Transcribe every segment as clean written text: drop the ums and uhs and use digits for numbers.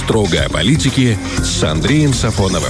Строго о политике с Андреем Сафоновым.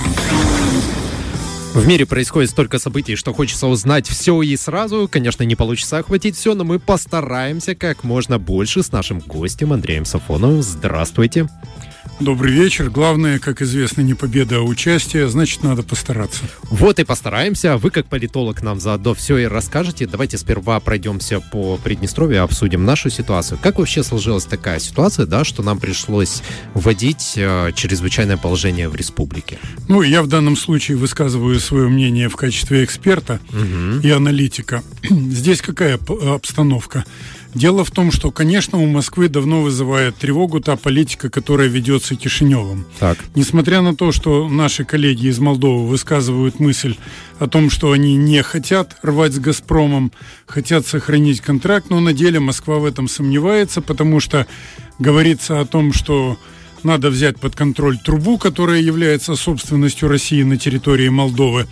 В мире происходит столько событий, что хочется узнать все и сразу. Конечно, не получится охватить все, но мы постараемся как можно больше с нашим гостем Андреем Сафоновым. Здравствуйте. Добрый вечер. Главное, как известно, не победа, а участие. Значит, надо постараться. Вот и постараемся. Вы, как политолог, нам заодно все и расскажете. Давайте сперва пройдемся по Приднестровью, обсудим нашу ситуацию. Как вообще сложилась такая ситуация, да, что нам пришлось вводить чрезвычайное положение в республике? Ну, я в данном случае высказываю свое мнение в качестве эксперта и аналитика. Здесь какая обстановка? Дело в том, что, конечно, у Москвы давно вызывает тревогу та политика, которая ведется Кишиневым. Так. Несмотря на то, что наши коллеги из Молдовы высказывают мысль о том, что они не хотят рвать с «Газпромом», хотят сохранить контракт, но на деле Москва в этом сомневается, потому что говорится о том, что надо взять под контроль трубу, которая является собственностью России на территории Молдовы.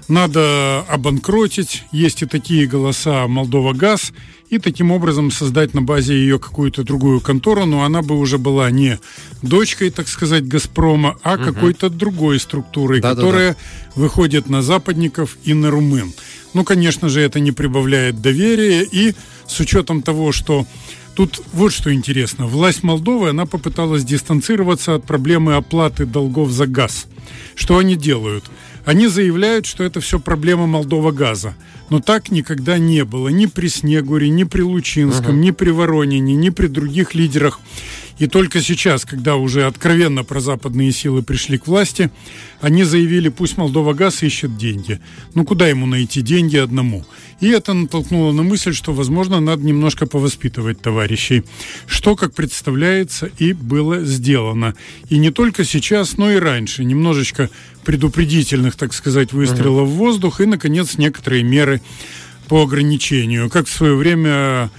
Надо обанкротить, есть и такие голоса «Молдова-Газ», и таким образом создать на базе ее какую-то другую контору, но она бы уже была не дочкой, так сказать, «Газпрома», а какой-то другой структурой, которая выходит на западников и на румын. Ну, конечно же, это не прибавляет доверия, и с учетом того, что тут вот что интересно. Власть Молдовы, она попыталась дистанцироваться от проблемы оплаты долгов за газ. Что они делают? Они заявляют, что это все проблема Молдова-Газа. Но так никогда не было ни при Снегуре, ни при Лучинском, ни при Воронине, ни при других лидерах. И только сейчас, когда уже откровенно прозападные силы пришли к власти, они заявили, пусть Молдова-Газ ищет деньги. Ну, куда ему найти деньги одному? И это натолкнуло на мысль, что, возможно, надо немножко повоспитывать товарищей. Что, как представляется, и было сделано. И не только сейчас, но и раньше. Немножечко предупредительных, так сказать, выстрелов в воздух и, наконец, некоторые меры по ограничению. Как в свое время,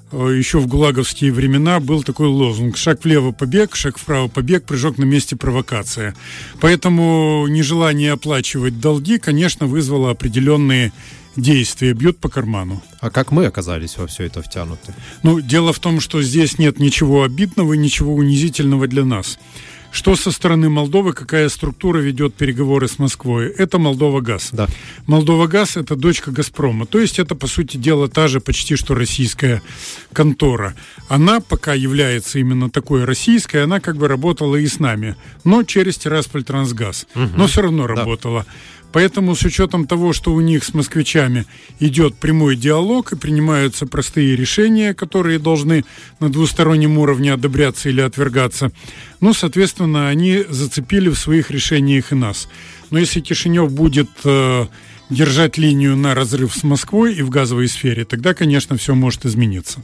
еще в гулаговские времена, был такой лозунг: шаг влево побег, шаг вправо побег, прыжок на месте провокация. Поэтому нежелание оплачивать долги, конечно, вызвало определенные действия, бьют по карману. А как мы оказались во все это втянуты? Ну, дело в том, что здесь нет ничего обидного, ничего унизительного для нас. Что со стороны Молдовы, какая структура ведет переговоры с Москвой? Это Молдова-Газ. Да. Молдова-Газ – это дочка «Газпрома». То есть это, по сути дела, та же почти что российская контора. Она пока является именно такой российской, она как бы работала и с нами, но через Тирасполь-Трансгаз. Но все равно работала. Поэтому с учетом того, что у них с москвичами идет прямой диалог и принимаются простые решения, которые должны на двустороннем уровне одобряться или отвергаться, ну, соответственно, они зацепили в своих решениях и нас. Но если Кишинев будет держать линию на разрыв с Москвой и в газовой сфере, тогда, конечно, все может измениться.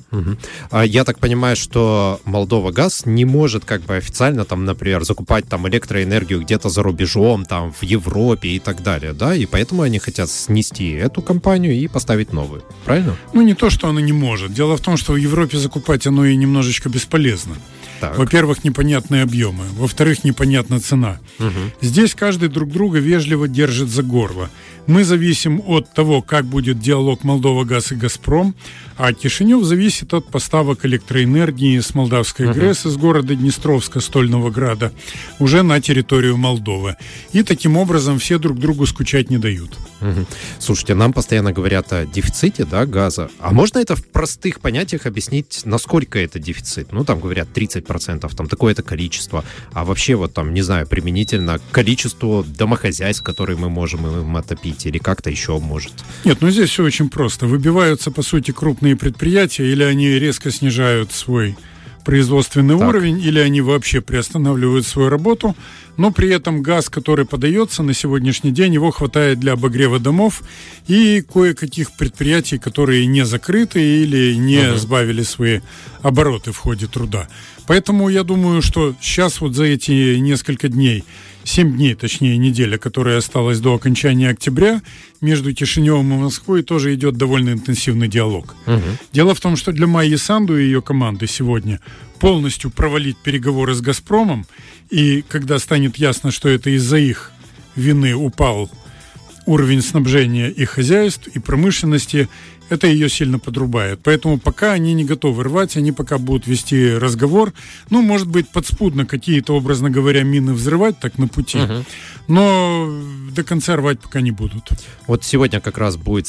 Я так понимаю, что Молдова-Газ не может как бы официально, там, например, закупать там электроэнергию где-то за рубежом, там, в Европе и так далее, да? И поэтому они хотят снести эту компанию и поставить новую, правильно? Ну, не то, что она не может. Дело в том, что в Европе закупать оно и немножечко бесполезно. Так. Во-первых, непонятные объемы. Во-вторых, непонятна цена. Здесь каждый друг друга вежливо держит за горло. Мы зависим от того, как будет диалог Молдова-Газ и «Газпром», а Кишинев зависит от поставок электроэнергии с Молдавской ГРЭС из города Днестровска, Стольного Града, уже на территорию Молдовы. И таким образом все друг другу скучать не дают. Слушайте, нам постоянно говорят о дефиците, да, газа. А можно это в простых понятиях объяснить, насколько это дефицит? Ну, там говорят 30%, там такое-то количество. А вообще, вот там, не знаю, применительно к количеству домохозяйств, которые мы можем им отопить, или как-то еще может? Нет, ну здесь все очень просто. Выбиваются, по сути, крупные предприятия, или они резко снижают свой производственный уровень, или они вообще приостанавливают свою работу, но при этом газ, который подается на сегодняшний день, его хватает для обогрева домов и кое-каких предприятий, которые не закрыты или не сбавили свои обороты в ходе труда. Поэтому я думаю, что сейчас вот за эти несколько дней, 7 дней, точнее, неделя, которая осталась до окончания октября, между Кишиневым и Москвой тоже идет довольно интенсивный диалог. Дело в том, что для Майи Санду и ее команды сегодня полностью провалить переговоры с «Газпромом», и когда станет ясно, что это из-за их вины упал уровень снабжения и хозяйств, и промышленности, это ее сильно подрубает. Поэтому пока они не готовы рвать, они пока будут вести разговор. Ну, может быть, подспудно какие-то, образно говоря, мины взрывать так на пути, но до конца рвать пока не будут. Вот сегодня как раз будет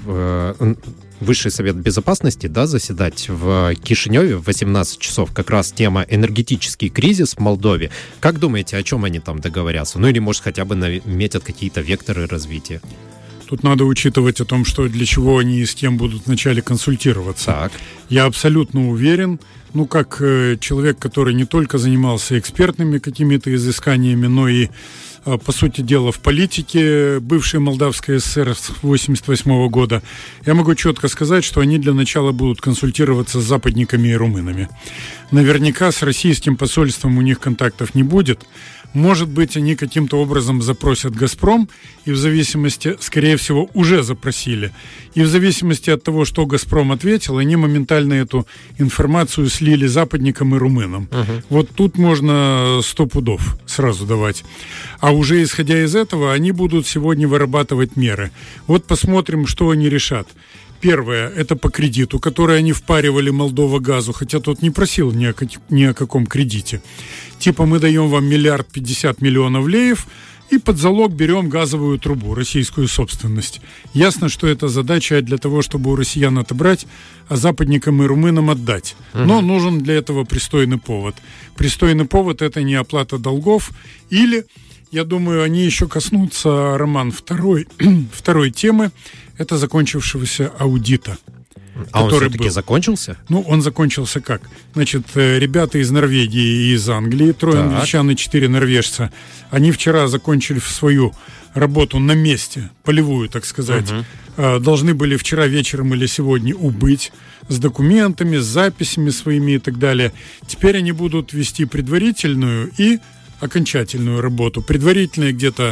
Высший совет безопасности, да, заседать в Кишиневе в 18 часов. Как раз тема энергетический кризис в Молдове. Как думаете, о чем они там договорятся? Ну или, может, хотя бы наметят какие-то векторы развития? Тут надо учитывать о том, что для чего они с кем будут вначале консультироваться. Так. Я абсолютно уверен, как человек, который не только занимался экспертными какими-то изысканиями, но и, по сути дела, в политике бывшей Молдавской ССР с 1988 года, я могу четко сказать, что они для начала будут консультироваться с западниками и румынами. Наверняка с российским посольством у них контактов не будет. Может быть, они каким-то образом запросят «Газпром», и в зависимости, скорее всего, уже запросили. И в зависимости от того, что «Газпром» ответил, они моментально эту информацию слили западникам и румынам. Вот тут можно 100 пудов сразу давать. А уже исходя из этого, они будут сегодня вырабатывать меры. Вот посмотрим, что они решат. Первое, это по кредиту, который они впаривали Молдова газу, хотя тот не просил ни о каком кредите. Типа мы даем вам 1 050 000 000 леев и под залог берем газовую трубу, российскую собственность. Ясно, что это задача для того, чтобы у россиян отобрать, а западникам и румынам отдать. Но нужен для этого пристойный повод. Пристойный повод – это не оплата долгов или... Я думаю, они еще коснутся, Роман, второй темы. Это закончившегося аудита. А он все-таки закончился? Он закончился как? Значит, ребята из Норвегии и из Англии, 3 англичан и 4 норвежца, они вчера закончили свою работу на месте, полевую, так сказать. Должны были вчера вечером или сегодня убыть с документами, с записями своими и так далее. Теперь они будут вести предварительную и окончательную работу. Предварительная где-то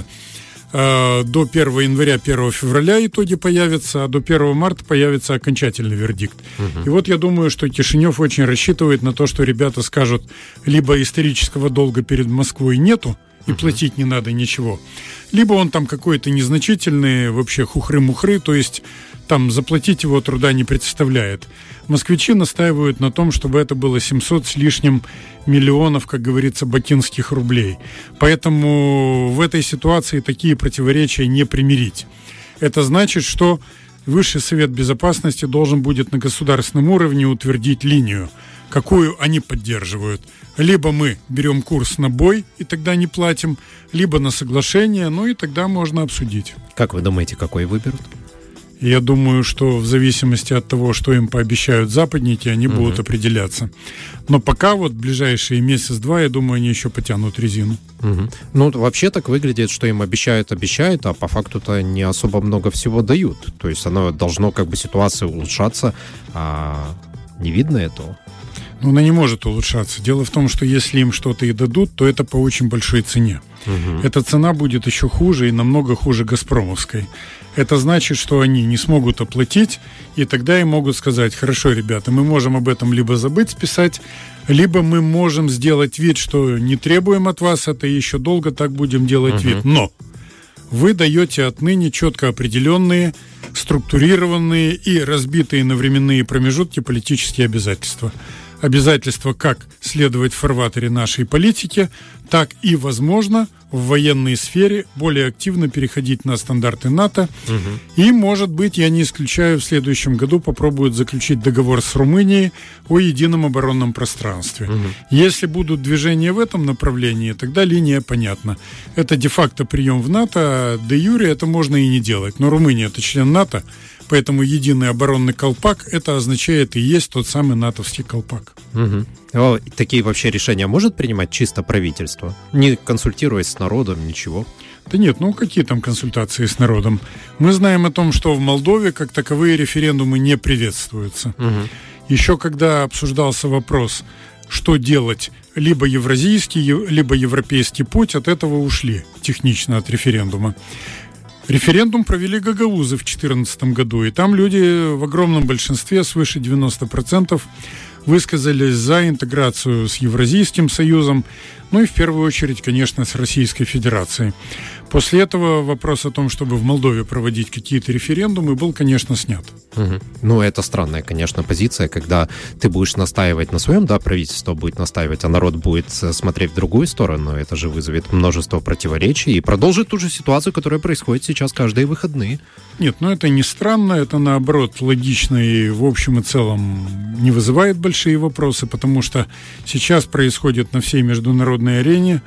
до 1 января, 1 февраля итоги появятся, а до 1 марта появится окончательный вердикт. И вот я думаю, что Кишинев очень рассчитывает на то, что ребята скажут, либо исторического долга перед Москвой нету, и платить не надо ничего, либо он там какой-то незначительный, вообще хухры-мухры, то есть там заплатить его труда не представляет. Москвичи настаивают на том, чтобы это было 700 с лишним миллионов, как говорится, бакинских рублей. Поэтому в этой ситуации такие противоречия не примирить. Это значит, что Высший совет безопасности должен будет на государственном уровне утвердить линию, какую они поддерживают. Либо мы берем курс на бой, и тогда не платим, либо на соглашение, и тогда можно обсудить. Как вы думаете, какой выберут? Я думаю, что в зависимости от того, что им пообещают западники, они будут определяться. Но пока в ближайшие месяц-два, я думаю, они еще потянут резину. Вообще так выглядит, что им обещают, а по факту-то не особо много всего дают. То есть оно должно ситуация улучшаться, а не видно этого. Она не может улучшаться. Дело в том, что если им что-то и дадут, то это по очень большой цене. Эта цена будет еще хуже и намного хуже «Газпромовской». Это значит, что они не смогут оплатить, и тогда им могут сказать: хорошо, ребята, мы можем об этом либо забыть списать, либо мы можем сделать вид, что не требуем от вас это, и еще долго так будем делать вид. Но вы даете отныне четко определенные, структурированные и разбитые на временные промежутки политические обязательства. Обязательства как следовать в фарватере нашей политики, так и, возможно, в военной сфере более активно переходить на стандарты НАТО. И, может быть, я не исключаю, в следующем году попробуют заключить договор с Румынией о едином оборонном пространстве. Если будут движения в этом направлении, тогда линия понятна. Это де-факто прием в НАТО, а де-юре это можно и не делать. Но Румыния – это член НАТО, поэтому единый оборонный колпак – это означает и есть тот самый натовский колпак. Такие вообще решения может принимать чисто правительство? Не консультируясь с народом, ничего? Да нет, какие там консультации с народом? Мы знаем о том, что в Молдове как таковые референдумы не приветствуются. Еще когда обсуждался вопрос, что делать, либо евразийский, либо европейский путь, от этого ушли технично от референдума. Референдум провели гагаузы в 2014 году, и там люди в огромном большинстве, свыше 90%, высказались за интеграцию с Евразийским союзом, и в первую очередь, конечно, с Российской Федерацией. После этого вопрос о том, чтобы в Молдове проводить какие-то референдумы, был, конечно, снят. Угу. Ну, это странная, конечно, позиция, когда ты будешь настаивать на своем, да, правительство будет настаивать, а народ будет смотреть в другую сторону. Это же вызовет множество противоречий и продолжит ту же ситуацию, которая происходит сейчас каждые выходные. Нет, ну это не странно, это наоборот логично и в общем и целом не вызывает большие вопросы, потому что сейчас происходит на всей международной арене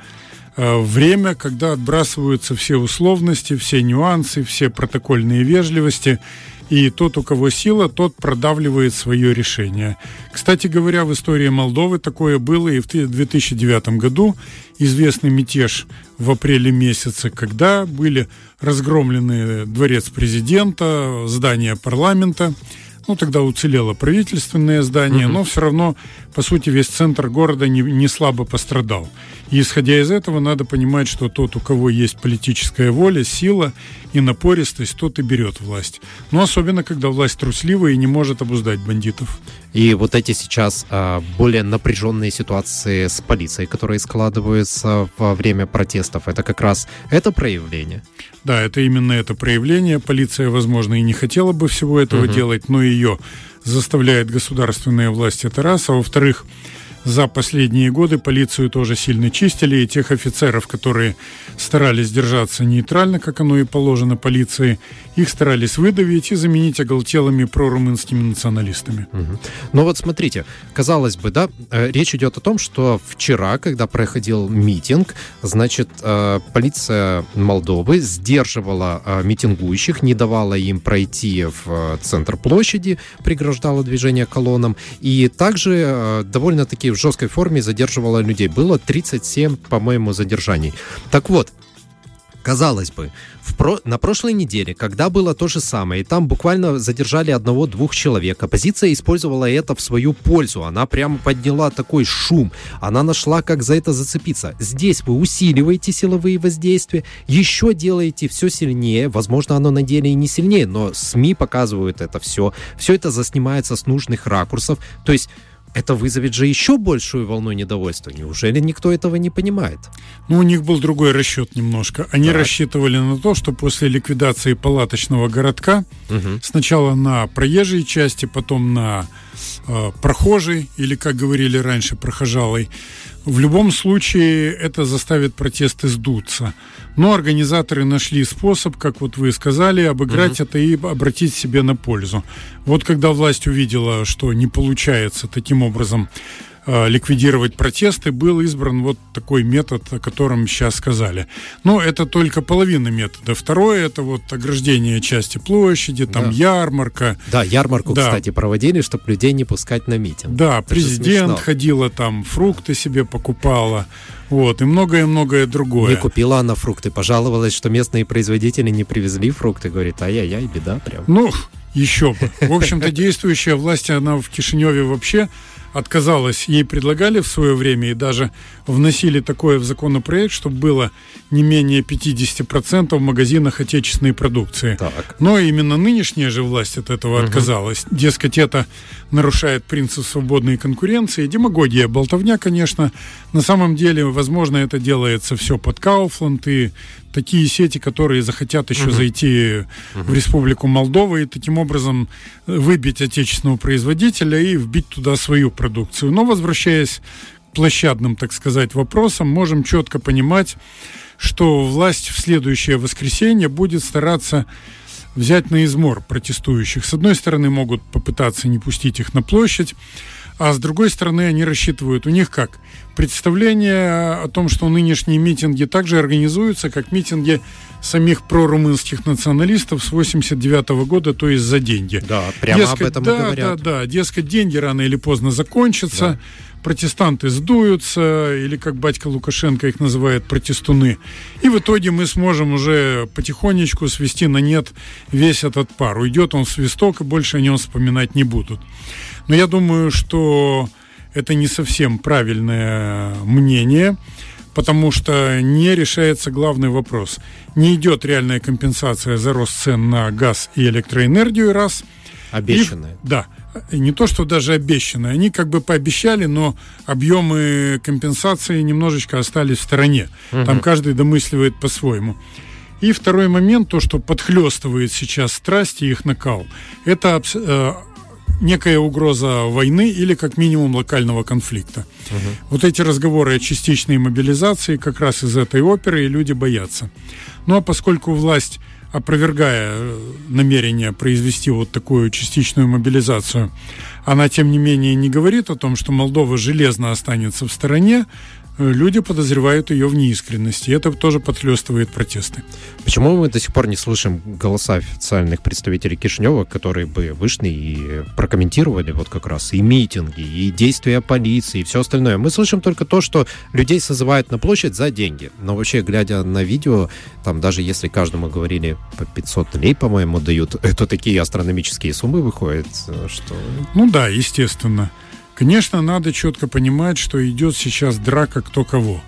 время, когда отбрасываются все условности, все нюансы, все протокольные вежливости, и тот, у кого сила, тот продавливает свое решение. Кстати говоря, в истории Молдовы такое было и в 2009 году. Известный мятеж в апреле месяце, когда были разгромлены дворец президента, здание парламента. Ну, тогда уцелело правительственное здание, но все равно, по сути, весь центр города не слабо пострадал. И, исходя из этого, надо понимать, что тот, у кого есть политическая воля, сила и напористость, тот и берет власть. Но особенно, когда власть трусливая и не может обуздать бандитов. И вот эти сейчас более напряженные ситуации с полицией, которые складываются во время протестов, это как раз это проявление? Да, это именно это проявление. Полиция, возможно, и не хотела бы всего этого делать, но ее заставляет государственная власть, это раз. А во-вторых, за последние годы полицию тоже сильно чистили, и тех офицеров, которые старались держаться нейтрально, как оно и положено полиции, их старались выдавить и заменить оголтелыми прорумынскими националистами. Ну вот смотрите, казалось бы, да, речь идет о том, что вчера, когда проходил митинг, значит, полиция Молдовы сдерживала митингующих, не давала им пройти в центр площади, преграждала движение колоннам, и также довольно-таки в жесткой форме задерживала людей. Было 37, по-моему, задержаний. Так вот, казалось бы, на прошлой неделе, когда было то же самое, и там буквально задержали 1-2 человек, оппозиция использовала это в свою пользу. Она прямо подняла такой шум. Она нашла, как за это зацепиться. Здесь вы усиливаете силовые воздействия, еще делаете все сильнее. Возможно, оно на деле и не сильнее, но СМИ показывают это все. Все это заснимается с нужных ракурсов. То есть это вызовет же еще большую волну недовольства. Неужели никто этого не понимает? Ну, у них был другой расчет немножко. Они рассчитывали на то, что после ликвидации палаточного городка сначала на проезжей части, потом на прохожей, или, как говорили раньше, прохожалой, в любом случае это заставит протесты сдуться. Но организаторы нашли способ, как вот вы сказали, обыграть это и обратить себе на пользу. Вот когда власть увидела, что не получается таким образом ликвидировать протесты, был избран вот такой метод, о котором сейчас сказали. Но это только половина метода. Второе, это вот ограждение части площади, там ярмарка. Да, ярмарку, кстати, проводили, чтобы людей не пускать на митинг. Да, это президент ходила там, фрукты себе покупала. Вот, и многое-многое другое. Не купила она фрукты, пожаловалась, что местные производители не привезли фрукты. Говорит, ай-яй-яй, беда прям. Ну, еще бы. В общем-то, действующая власть, она в Кишиневе вообще отказалась. Ей предлагали в свое время и даже вносили такое в законопроект, чтобы было не менее 50% в магазинах отечественной продукции. Так. Но именно нынешняя же власть от этого отказалась. Дескать, это нарушает принцип свободной конкуренции. Демагогия, болтовня, конечно. На самом деле, возможно, это делается все под Кауфланд и такие сети, которые захотят еще зайти в Республику Молдова и таким образом выбить отечественного производителя и вбить туда свою продукцию. Но, возвращаясь к площадным, так сказать, вопросам, можем четко понимать, что власть в следующее воскресенье будет стараться взять на измор протестующих. С одной стороны, могут попытаться не пустить их на площадь, а с другой стороны, они рассчитывают, у них как? Представление о том, что нынешние митинги также организуются, как митинги самих прорумынских националистов с 1989 года, то есть за деньги. Да, прямо дескать, об этом и говорят. Да, дескать, деньги рано или поздно закончатся, протестанты сдуются, или, как батька Лукашенко их называет, протестуны. И в итоге мы сможем уже потихонечку свести на нет весь этот пар. Уйдет он в свисток, и больше о нем вспоминать не будут. Но я думаю, что это не совсем правильное мнение, потому что не решается главный вопрос. Не идет реальная компенсация за рост цен на газ и электроэнергию, раз. Обещанная. Да. Не то, что даже обещанные. Они как бы пообещали, но объемы компенсации немножечко остались в стороне. Там каждый домысливает по-своему. И второй момент, то, что подхлестывает сейчас страсти и их накал, это некая угроза войны или как минимум локального конфликта. Вот эти разговоры о частичной мобилизации как раз из этой оперы, и люди боятся. Ну а поскольку власть, опровергая намерение произвести вот такую частичную мобилизацию, она тем не менее не говорит о том, что Молдова железно останется в стороне, люди подозревают ее в неискренности. Это тоже подхлестывает протесты. Почему мы до сих пор не слышим голоса официальных представителей Кишинева, которые бы вышли и прокомментировали вот как раз и митинги, и действия полиции, и все остальное? Мы слышим только то, что людей созывают на площадь за деньги. Но вообще, глядя на видео, там даже если каждому говорили по 500 лей, по-моему, дают, это такие астрономические суммы выходят, что... Ну да, естественно. Конечно, надо четко понимать, что идет сейчас драка кто кого.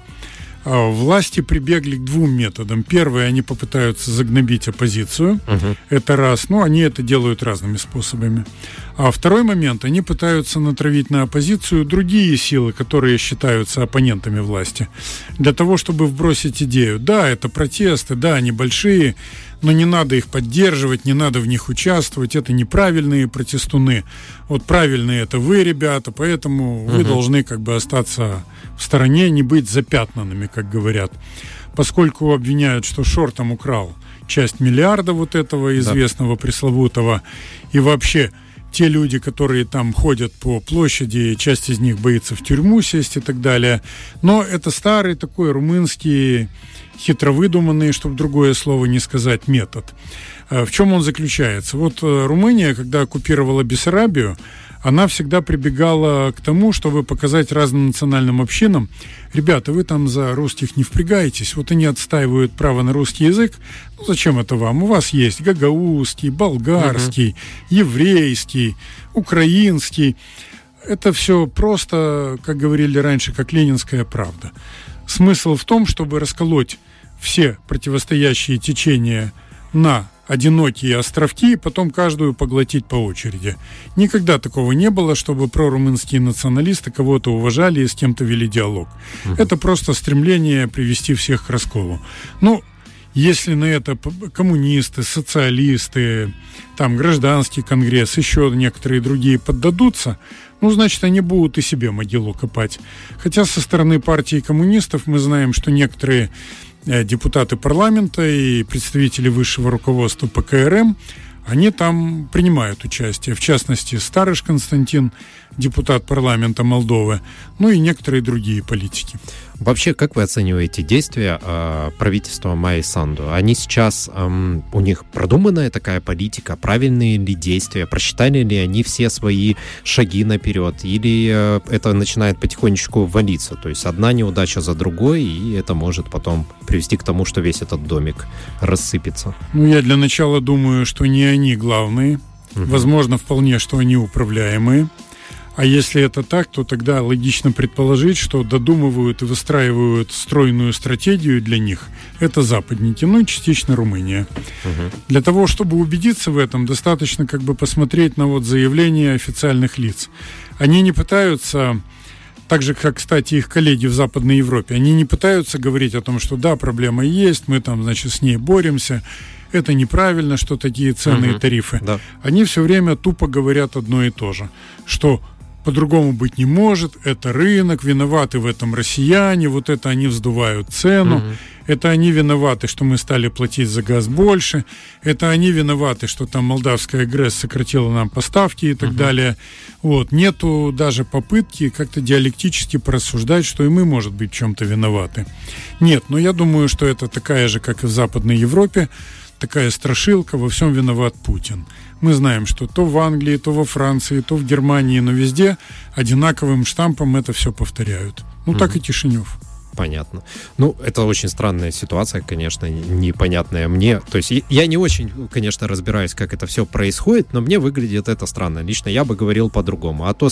Власти прибегли к двум методам. Первый, они попытаются загнобить оппозицию. Это раз. Ну, они это делают разными способами. А второй момент, они пытаются натравить на оппозицию другие силы, которые считаются оппонентами власти. Для того, чтобы вбросить идею. Да, это протесты, да, они большие, но не надо их поддерживать, не надо в них участвовать. Это неправильные протестуны. Вот правильные это вы, ребята, поэтому вы должны как бы остаться в стороне, не быть запятнанными, как говорят. Поскольку обвиняют, что Шор там украл часть миллиарда вот этого известного пресловутого, и вообще те люди, которые там ходят по площади, часть из них боится в тюрьму сесть и так далее. Но это старый такой румынский, хитро выдуманный, чтобы другое слово не сказать, метод. В чем он заключается? Вот Румыния, когда оккупировала Бессарабию, она всегда прибегала к тому, чтобы показать разным национальным общинам: ребята, вы там за русских не впрягаетесь, вот они отстаивают право на русский язык, ну зачем это вам? У вас есть гагаузский, болгарский, еврейский, украинский. Это все просто, как говорили раньше, как ленинская правда. Смысл в том, чтобы расколоть все противостоящие течения на одинокие островки и потом каждую поглотить по очереди. Никогда такого не было, чтобы прорумынские националисты кого-то уважали и с кем-то вели диалог. Это просто стремление привести всех к расколу. Ну, если на это коммунисты, социалисты, там гражданский конгресс, еще некоторые другие поддадутся, ну, значит, они будут и себе могилу копать. Хотя со стороны партии коммунистов мы знаем, что некоторые депутаты парламента и представители высшего руководства ПКРМ, они там принимают участие. В частности, Старыш Константин, депутат парламента Молдовы, ну и некоторые другие политики. Вообще, как вы оцениваете действия правительства Майи Санду? Они сейчас, у них продуманная такая политика, правильные ли действия, просчитали ли они все свои шаги наперед, или это начинает потихонечку валиться? То есть одна неудача за другой, и это может потом привести к тому, что весь этот домик рассыпется. Ну, я для начала думаю, что не они главные. Возможно, вполне, что они управляемые. А если это так, то тогда логично предположить, что додумывают и выстраивают стройную стратегию для них это западники, ну и частично Румыния. Для того, чтобы убедиться в этом, достаточно как бы посмотреть на вот заявления официальных лиц. Они не пытаются, так же, как, кстати, их коллеги в Западной Европе, они не пытаются говорить о том, что да, проблема есть, мы там, значит, с ней боремся, это неправильно, что такие цены и тарифы. Да. Они все время тупо говорят одно и то же, что по-другому быть не может, это рынок, виноваты в этом россияне, вот это они вздувают цену, это они виноваты, что мы стали платить за газ больше, это они виноваты, что там молдавская ГРЭС сократила нам поставки и так далее. Вот. Нету даже попытки как-то диалектически порассуждать, что и мы, может быть, в чем-то виноваты. Нет, но я думаю, что это такая же, как и в Западной Европе, такая страшилка, во всем виноват Путин. Мы знаем, что то в Англии, то во Франции, то в Германии, но везде одинаковым штампом это все повторяют. Ну, так и Кишинев. Понятно. Ну, это очень странная ситуация, конечно, непонятная мне. То есть я не очень, конечно, разбираюсь, как это все происходит, но мне выглядит это странно. Лично я бы говорил по-другому. А то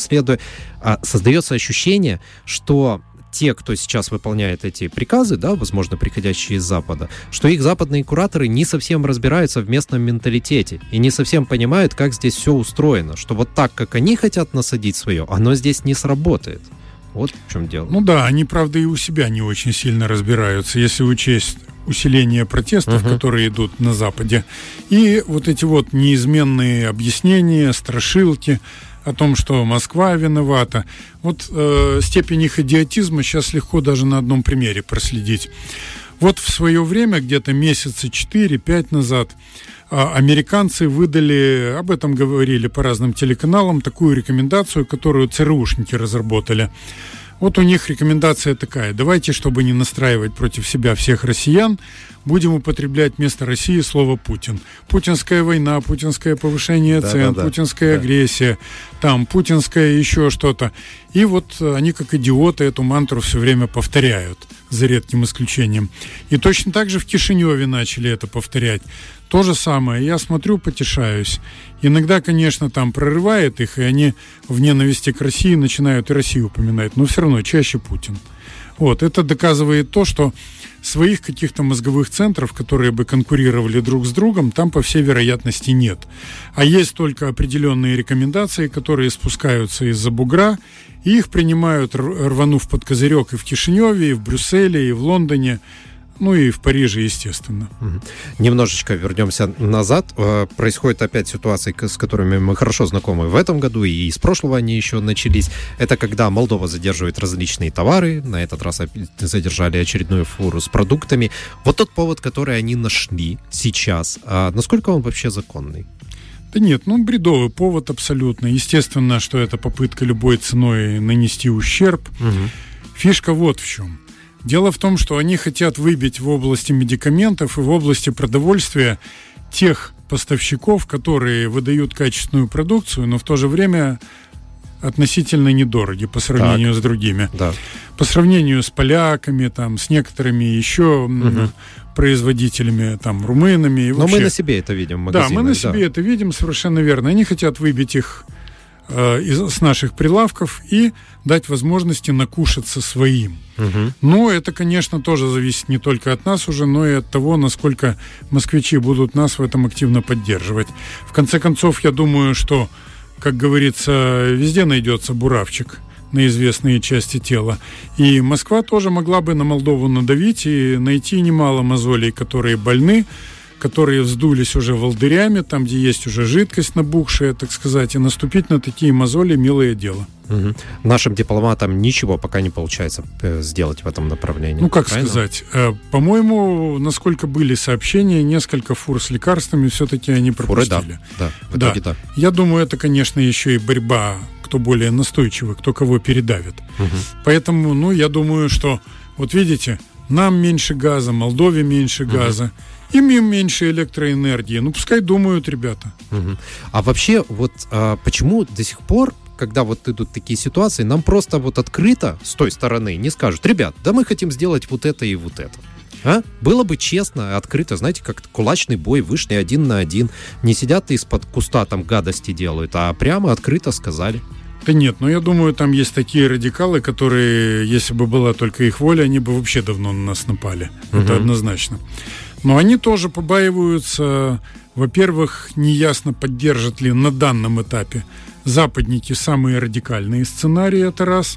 создается ощущение, что те, кто сейчас выполняет эти приказы, да, возможно, приходящие из Запада, что их западные кураторы не совсем разбираются в местном менталитете и не совсем понимают, как здесь все устроено, что вот так, как они хотят насадить свое, оно здесь не сработает. Вот в чем дело. Ну да, они, правда, и у себя не очень сильно разбираются. Если учесть усиление протестов, которые идут на Западе, и вот эти вот неизменные объяснения, страшилки о том, что Москва виновата. Вот степень их идиотизма сейчас легко даже на одном примере проследить. Вот в свое время, где-то месяца 4-5 назад, американцы выдали, об этом говорили по разным телеканалам, такую рекомендацию, которую ЦРУшники разработали. Вот у них рекомендация такая: давайте, чтобы не настраивать против себя всех россиян, будем употреблять вместо России слово «Путин». Путинская война, путинское повышение цен, путинская агрессия, там, путинское еще что-то. И вот они, как идиоты, эту мантру все время повторяют, за редким исключением. И точно так же в Кишиневе начали это повторять. То же самое. Я смотрю, потешаюсь. Иногда, конечно, там прорывает их, и они в ненависти к России начинают и Россию упоминать, но все равно чаще Путин. Вот. Это доказывает то, что своих каких-то мозговых центров, которые бы конкурировали друг с другом, там, по всей вероятности, нет. А есть только определенные рекомендации, которые спускаются из-за бугра, и их принимают, рванув под козырек, и в Кишиневе, и в Брюсселе, и в Лондоне, ну и в Париже, естественно. Немножечко вернемся назад. Происходят опять ситуации, с которыми мы хорошо знакомы в этом году, и из прошлого они еще начались. Это когда Молдова задерживает различные товары. На этот раз задержали очередную фуру с продуктами. Вот тот повод, который они нашли сейчас, насколько он вообще законный? Да нет, бредовый повод абсолютно. Естественно, что это попытка любой ценой нанести ущерб. Фишка вот в чем. Дело в том, что они хотят выбить в области медикаментов и в области продовольствия тех поставщиков, которые выдают качественную продукцию, но в то же время относительно недороги по сравнению с другими. Да. По сравнению с поляками, там, с некоторыми еще производителями, там, румынами. И вообще. Но мы на себе это видим в магазинах. Да, мы на себе это видим, совершенно верно. Они хотят выбить их с наших прилавков и дать возможности накушаться своим. Но это, конечно, тоже зависит не только от нас уже, но и от того, насколько москвичи будут нас в этом активно поддерживать. В конце концов, я думаю, что, как говорится, везде найдется буравчик на известные части тела. И Москва тоже могла бы на Молдову надавить и найти немало мозолей, которые больны, которые вздулись уже волдырями, там, где есть уже жидкость набухшая, так сказать, и наступить на такие мозоли — милое дело. Нашим дипломатам ничего пока не получается сделать в этом направлении. Как сказать? По-моему, насколько были сообщения, несколько фур с лекарствами все-таки они пропустили. Да. Я думаю, это, конечно, еще и борьба, кто более настойчивый, кто кого передавит. Поэтому, я думаю, что, вот видите, нам меньше газа, Молдове меньше газа, им меньше электроэнергии. Пускай думают ребята. А вообще, почему до сих пор, когда вот идут такие ситуации, нам просто открыто с той стороны не скажут: ребят, да мы хотим сделать вот это и вот это. Было бы честно, открыто, знаете, как кулачный бой, вышли 1 на 1, не сидят из-под куста там гадости делают, а прямо открыто сказали. Да нет, я думаю, там есть такие радикалы, которые, если бы была только их воля, они бы вообще давно на нас напали. Это однозначно. Но они тоже побаиваются, во-первых, неясно, поддержат ли на данном этапе западники самые радикальные сценарии, это раз.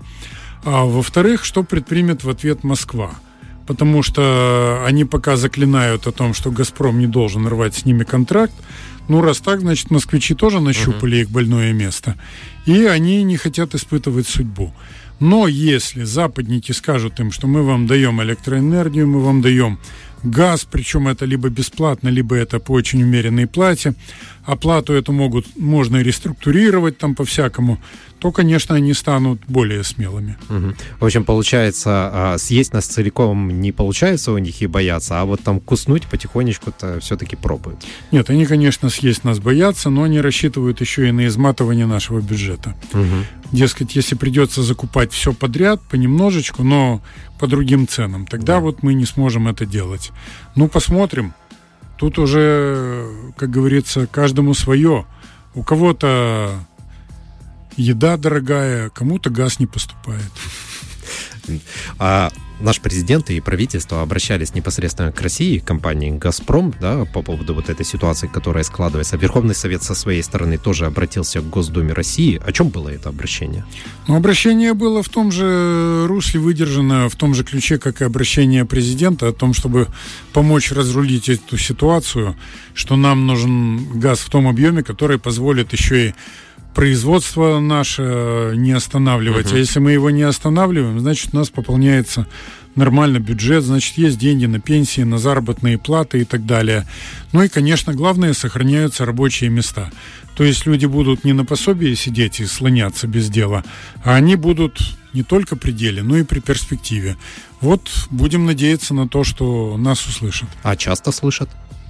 А во-вторых, что предпримет в ответ Москва. Потому что они пока заклинают о том, что «Газпром» не должен рвать с ними контракт. Раз так, значит, москвичи тоже нащупали их больное место. И они не хотят испытывать судьбу. Но если западники скажут им, что мы вам даем электроэнергию, мы вам даем газ, причем это либо бесплатно, либо это по очень умеренной плате, оплату эту можно реструктурировать там по-всякому, то, конечно, они станут более смелыми. В общем, получается, съесть нас целиком не получается у них и боятся, а вот там куснуть потихонечку-то все-таки пробуют. Нет, они, конечно, съесть нас боятся, но они рассчитывают еще и на изматывание нашего бюджета. Дескать, если придется закупать все подряд, понемножечку, но по другим ценам, тогда мы не сможем это делать. Посмотрим. Тут уже, как говорится, каждому свое. У кого-то еда дорогая, кому-то газ не поступает. А наш президент и правительство обращались непосредственно к России, к компании «Газпром», да, по поводу вот этой ситуации, которая складывается. Верховный Совет со своей стороны тоже обратился к Госдуме России. О чем было это обращение? Ну, обращение было в том же русле, выдержано в том же ключе, как и обращение президента, о том, чтобы помочь разрулить эту ситуацию, что нам нужен газ в том объеме, который позволит еще и производство наше не останавливать. А если мы его не останавливаем, значит, у нас пополняется нормально бюджет, значит, есть деньги на пенсии, на заработные платы и так далее. Ну и, конечно, главное, сохраняются рабочие места. То есть люди будут не на пособии сидеть и слоняться без дела, а они будут не только при деле, но и при перспективе. Вот будем надеяться на то, что нас услышат. А часто слышат?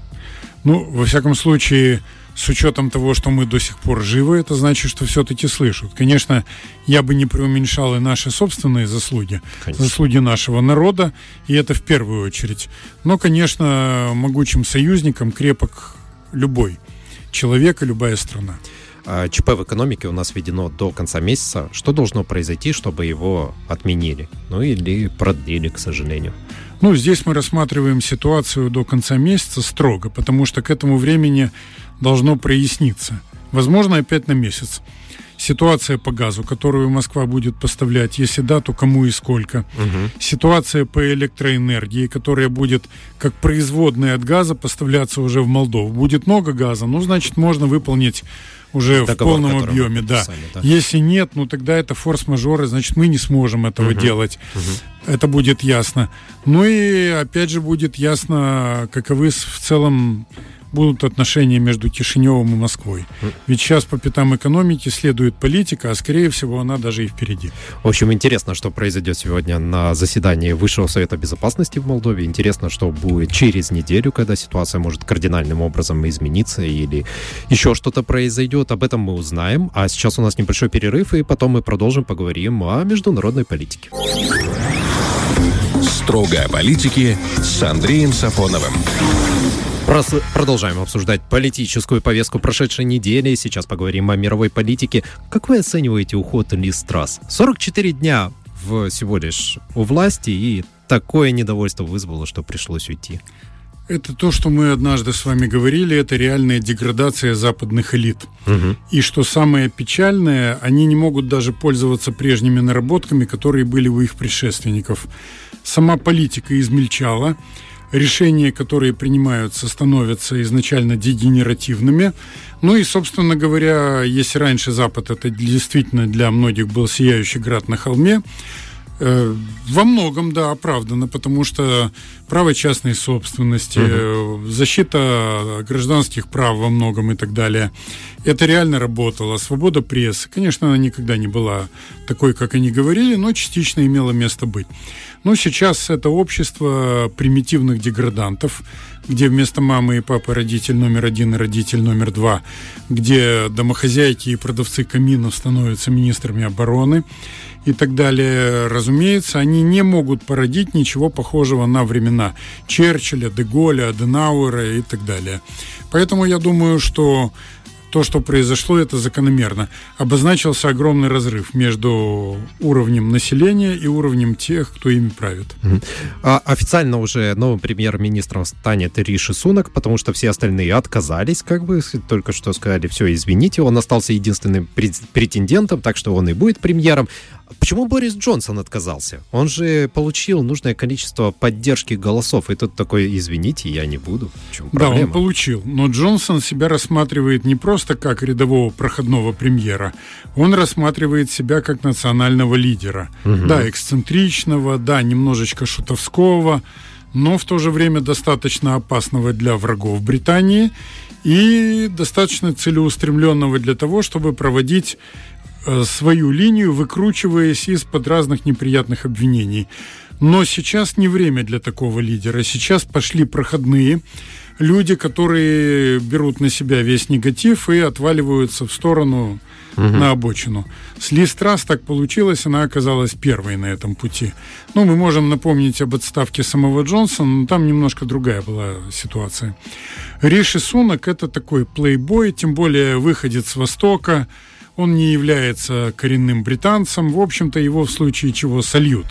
Ну, во всяком случае, с учетом того, что мы до сих пор живы, это значит, что все-таки слышат. Конечно, я бы не преуменьшал и наши собственные заслуги, заслуги нашего народа, и это в первую очередь. Но, конечно, могучим союзником крепок любой человек и любая страна. ЧП в экономике у нас введено до конца месяца. Что должно произойти, чтобы его отменили? Ну или продлили, к сожалению? Ну, здесь мы рассматриваем ситуацию до конца месяца строго, потому что к этому времени должно проясниться. Возможно, опять на месяц. Ситуация по газу, которую Москва будет поставлять, если да, то кому и сколько. Ситуация по электроэнергии, которая будет как производная от газа поставляться уже в Молдову. Будет много газа, ну, значит, можно выполнить уже договор, в полном объеме. Да. Если нет, ну тогда это форс-мажоры, значит, мы не сможем этого делать. Это будет ясно. Ну и опять же будет ясно, каковы в целом будут отношения между Кишиневым и Москвой. Ведь сейчас по пятам экономики следует политика, а скорее всего она даже и впереди. В общем, интересно, что произойдет сегодня на заседании Высшего Совета Безопасности в Молдове. Интересно, что будет через неделю, когда ситуация может кардинальным образом измениться или еще что-то произойдет. Об этом мы узнаем. А сейчас у нас небольшой перерыв, и потом мы продолжим, поговорим о международной политике. Строго о политике с Андреем Сафоновым. Продолжаем обсуждать политическую повестку прошедшей недели. Сейчас поговорим о мировой политике. Как вы оцениваете уход Лиз Трасс? 44 дня всего лишь у власти, и такое недовольство вызвало, что пришлось уйти. Это то, что мы однажды с вами говорили, это реальная деградация западных элит. И что самое печальное, они не могут даже пользоваться прежними наработками, которые были у их предшественников. Сама политика измельчала. Решения, которые принимаются, становятся изначально дегенеративными. Ну и, собственно говоря, если раньше Запад это действительно для многих был сияющий град на холме, во многом, да, оправдано, потому что право частной собственности, защита гражданских прав во многом и так далее, это реально работало. Свобода прессы, конечно, она никогда не была такой, как они говорили, но частично имела место быть. Но сейчас это общество примитивных деградантов, где вместо мамы и папы родитель номер 1 и родитель номер 2, где домохозяйки и продавцы каминов становятся министрами обороны и так далее. Разумеется, они не могут породить ничего похожего на времена Черчилля, де Голля, Аденауэра и так далее. Поэтому я думаю, что то, что произошло, это закономерно. Обозначился огромный разрыв между уровнем населения и уровнем тех, кто ими правит. Официально уже новым премьер-министром станет Риши Сунак, потому что все остальные отказались, как бы только что сказали, все, извините, он остался единственным претендентом, так что он и будет премьером. Почему Борис Джонсон отказался? Он же получил нужное количество поддержки голосов, и тут такой, извините, я не буду. В чем проблема? Да, он получил, но Джонсон себя рассматривает не просто как рядового проходного премьера, он рассматривает себя как национального лидера. Да, эксцентричного, да, немножечко шутовского, но в то же время достаточно опасного для врагов Британии и достаточно целеустремленного для того, чтобы проводить свою линию, выкручиваясь из-под разных неприятных обвинений. Но сейчас не время для такого лидера. Сейчас пошли проходные люди, которые берут на себя весь негатив и отваливаются в сторону на обочину. С Лиз Трасс так получилось, она оказалась первой на этом пути. Ну, мы можем напомнить об отставке самого Джонсона, но там немножко другая была ситуация. Риши Сунак — это такой плейбой, тем более выходец с Востока. Он не является коренным британцем. В общем-то, его в случае чего сольют.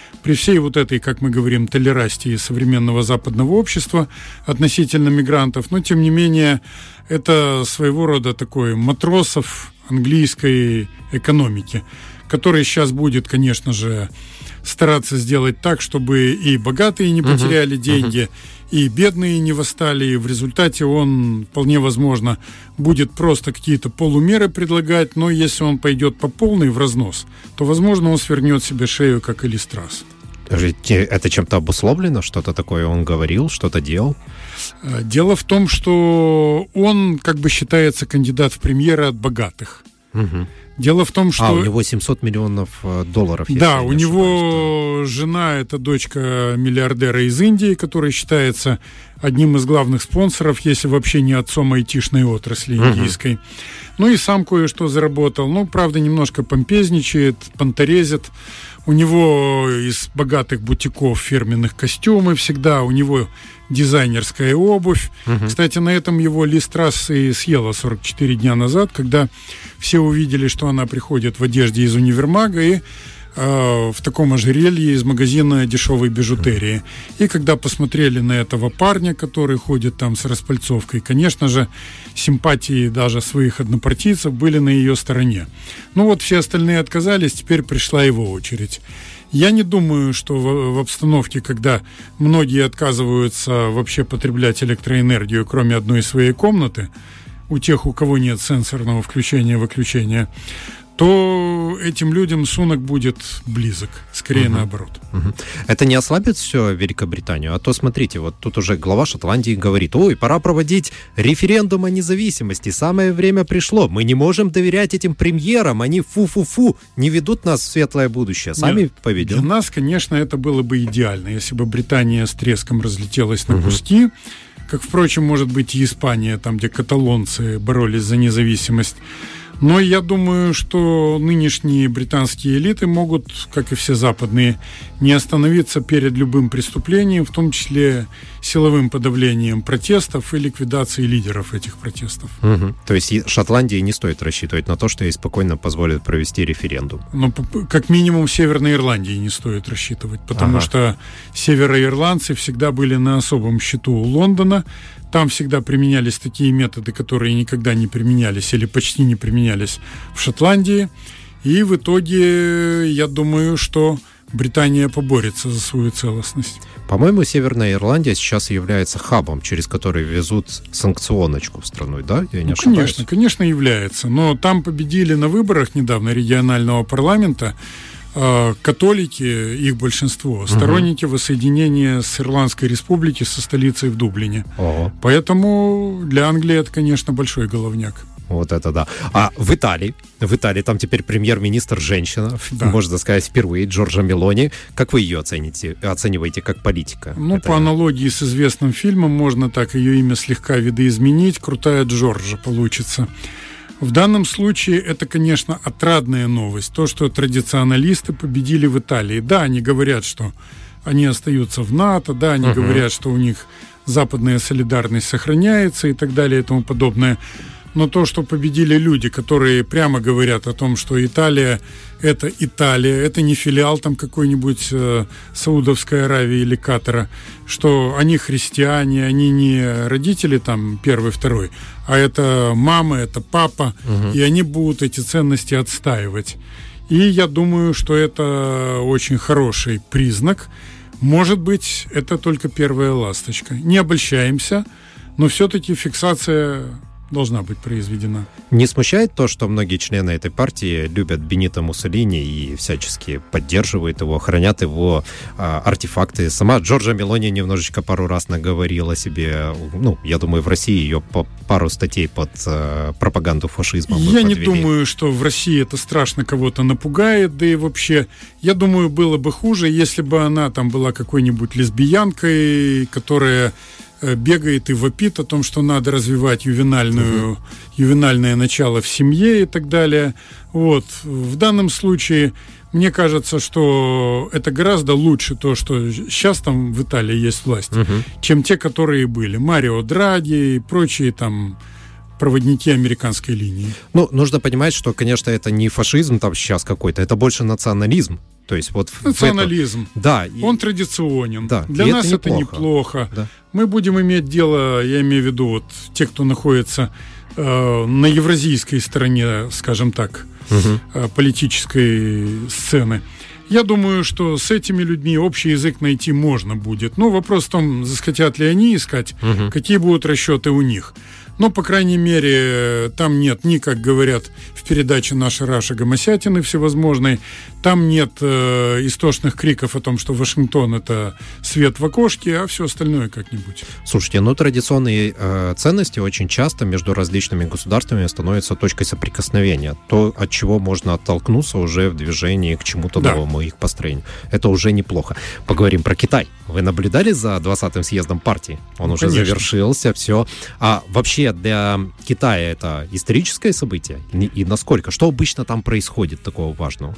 при всей вот этой, как мы говорим, толерастии современного западного общества относительно мигрантов, но, тем не менее, это своего рода такой матросов английской экономики, который сейчас будет, конечно же, стараться сделать так, чтобы и богатые не потеряли деньги, и бедные не восстали, и в результате он, вполне возможно, будет просто какие-то полумеры предлагать, но если он пойдет по полной в разнос, то, возможно, он свернет себе шею, как и Ли Страс. Это чем-то обусловлено? Что-то такое он говорил, что-то делал? Дело в том, что он как бы считается кандидат в премьеры от богатых. Дело в том, что... у него $700 миллионов. Да, у него жена, это дочка миллиардера из Индии, который считается одним из главных спонсоров, если вообще не отцом айтишной отрасли индийской. Ну и сам кое-что заработал. Ну, правда, немножко помпезничает, понторезит. У него из богатых бутиков фирменных костюмы всегда, у него дизайнерская обувь. Кстати, на этом его Ли Страс и съела 44 дня назад, когда все увидели, что она приходит в одежде из универмага и в таком ожерелье из магазина дешевой бижутерии. И когда посмотрели на этого парня, который ходит там с распальцовкой, конечно же, симпатии даже своих однопартийцев были на ее стороне. Ну вот все остальные отказались, теперь пришла его очередь. Я не думаю, что в обстановке, когда многие отказываются вообще потреблять электроэнергию, кроме одной своей комнаты, у тех, у кого нет сенсорного включения-выключения, то этим людям Сунак будет близок, скорее наоборот. Это не ослабит все Великобританию? А то, смотрите, вот тут уже глава Шотландии говорит: ой, пора проводить референдум о независимости, самое время пришло, мы не можем доверять этим премьерам, они фу-фу-фу, не ведут нас в светлое будущее, сами поведем. Для нас, конечно, это было бы идеально, если бы Британия с треском разлетелась на куски, как, впрочем, может быть и Испания, там, где каталонцы боролись за независимость. Но я думаю, что нынешние британские элиты могут, как и все западные, не остановиться перед любым преступлением, в том числе силовым подавлением протестов и ликвидацией лидеров этих протестов. То есть Шотландии не стоит рассчитывать на то, что ей спокойно позволят провести референдум? Но как минимум Северной Ирландии не стоит рассчитывать, потому что североирландцы всегда были на особом счету у Лондона. Там всегда применялись такие методы, которые никогда не применялись или почти не применялись в Шотландии. И в итоге, я думаю, что Британия поборется за свою целостность. По-моему, Северная Ирландия сейчас является хабом, через который везут санкционочку в страну, да? Я не ошибаюсь? Конечно, является. Но там победили на выборах недавно регионального парламента католики, их большинство, сторонники воссоединения с Ирландской республики со столицей в Дублине. Поэтому для Англии это, конечно, большой головняк. Вот это да. А в Италии там теперь премьер-министр женщина, можно сказать, впервые, Джорджа Мелони. Как вы ее оцениваете как политика? По аналогии с известным фильмом, можно так ее имя слегка видоизменить. Крутая Джорджа получится. В данном случае это, конечно, отрадная новость. То, что традиционалисты победили в Италии. Да, они говорят, что они остаются в НАТО, да, они говорят, что у них западная солидарность сохраняется и так далее и тому подобное. Но то, что победили люди, которые прямо говорят о том, что Италия, это не филиал там какой-нибудь Саудовской Аравии или Катара, что они христиане, они не родители там первый, второй, а это мама, это папа, и они будут эти ценности отстаивать. И я думаю, что это очень хороший признак. Может быть, это только первая ласточка. Не обольщаемся, но все-таки фиксация должна быть произведена. Не смущает то, что многие члены этой партии любят Бенито Муссолини и всячески поддерживают его, хранят его артефакты? Сама Джорджа Мелони немножечко пару раз наговорила себе, я думаю, в России ее пару статей под пропаганду фашизма Я не думаю, что в России это страшно кого-то напугает, да и вообще, я думаю, было бы хуже, если бы она там была какой-нибудь лесбиянкой, которая бегает и вопит о том, что надо развивать ювенальное начало в семье и так далее. Вот. В данном случае мне кажется, что это гораздо лучше то, что сейчас там в Италии есть власть, чем те, которые были. Марио Драги и прочие там проводники американской линии. Нужно понимать, что, конечно, это не фашизм там сейчас какой-то, это больше национализм. То есть вот национализм. Да. Он традиционен. Да. Для нас это неплохо. Да. Мы будем иметь дело, я имею в виду, вот те, кто находится на евразийской стороне, скажем так, политической сцены. Я думаю, что с этими людьми общий язык найти можно будет. Но вопрос в том, захотят ли они искать, какие будут расчеты у них. Но, по крайней мере, там нет ни, как говорят в передаче «Наша Раша», гомосятины всевозможной, там нет истошных криков о том, что Вашингтон — это свет в окошке, а все остальное как-нибудь. Слушайте, традиционные ценности очень часто между различными государствами становятся точкой соприкосновения. То, от чего можно оттолкнуться уже в движении к чему-то новому, их построению. Это уже неплохо. Поговорим про Китай. Вы наблюдали за 20-м съездом партии? Он уже завершился, все. А вообще для Китая это историческое событие? И насколько? Что обычно там происходит такого важного?